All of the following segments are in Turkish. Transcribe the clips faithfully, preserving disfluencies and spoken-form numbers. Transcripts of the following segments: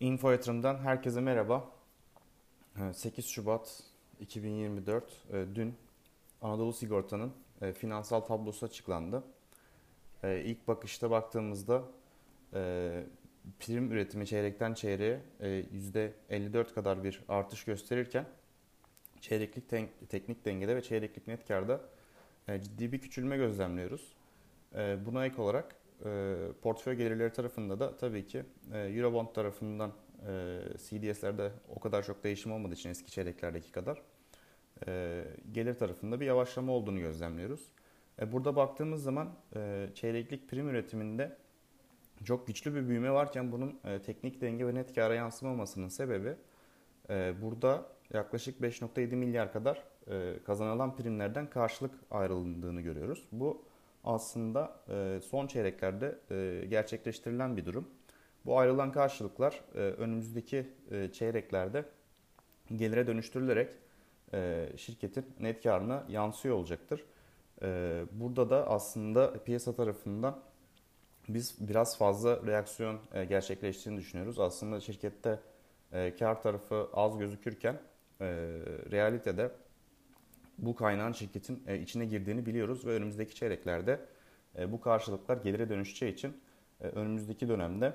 Info Yatırım'dan herkese merhaba. sekiz Şubat iki bin yirmi dört e, dün Anadolu Sigorta'nın e, finansal tablosu açıklandı. E, İlk bakışta baktığımızda e, prim üretimi çeyrekten çeyreğe e, yüzde elli dört kadar bir artış gösterirken çeyreklik teknik dengede ve çeyreklik net karda e, ciddi bir küçülme gözlemliyoruz. E, Buna ek olarak e, portföy gelirleri tarafında da tabii ki e, Eurobond tarafından e, C D S'lerde o kadar çok değişim olmadığı için eski çeyreklerdeki kadar e, gelir tarafında bir yavaşlama olduğunu gözlemliyoruz. E, burada baktığımız zaman e, çeyreklik prim üretiminde çok güçlü bir büyüme varken bunun e, teknik denge ve net kâra yansımamasının sebebi e, burada yaklaşık beş nokta yedi milyar kadar e, kazanılan primlerden karşılık ayrıldığını görüyoruz. Bu aslında e, son çeyreklerde e, gerçekleştirilen bir durum. Bu ayrılan karşılıklar e, önümüzdeki e, çeyreklerde gelire dönüştürülerek e, şirketin net karına yansıyor olacaktır. E, burada da aslında piyasa tarafından biz biraz fazla reaksiyon e, gerçekleştiğini düşünüyoruz. Aslında şirkette e, kar tarafı az gözükürken e, realitede bu kaynağın şirketin e, içine girdiğini biliyoruz ve önümüzdeki çeyreklerde e, bu karşılıklar gelire dönüşeceği için e, önümüzdeki dönemde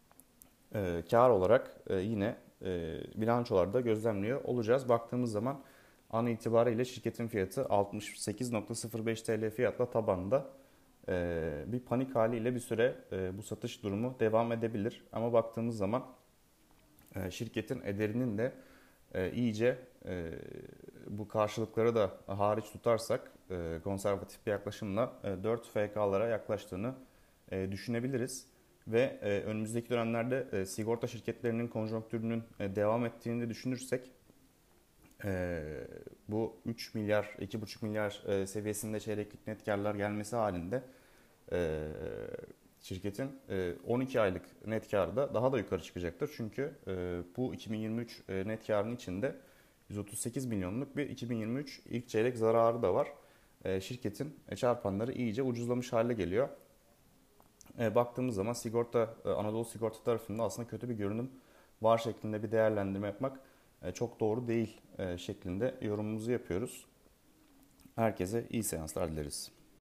e, kar olarak e, yine e, bilançolarda gözlemliyor olacağız. Baktığımız zaman an itibariyle şirketin fiyatı altmış sekiz nokta sıfır beş T L fiyatla tabanda. E, bir panik haliyle bir süre e, bu satış durumu devam edebilir. Ama baktığımız zaman e, şirketin ederinin de e, iyice e, bu karşılıkları da hariç tutarsak e, konservatif bir yaklaşımla e, dört F K'lara yaklaştığını e, düşünebiliriz. Ve e, önümüzdeki dönemlerde e, sigorta şirketlerinin konjonktürünün e, devam ettiğini de düşünürsek e, bu üç milyar, iki buçuk milyar e, seviyesinde çeyreklik net karlar gelmesi halinde e, şirketin e, on iki aylık net karı da daha da yukarı çıkacaktır. Çünkü e, bu iki bin yirmi üç e, net karının içinde yüz otuz sekiz milyonluk bir iki bin yirmi üç ilk çeyrek zararı da var. E, şirketin çarpanları iyice ucuzlamış hale geliyor. E, baktığımız zaman sigorta e, Anadolu Sigorta tarafında aslında kötü bir görünüm var şeklinde bir değerlendirme yapmak e, çok doğru değil e, şeklinde yorumumuzu yapıyoruz. Herkese iyi seanslar dileriz.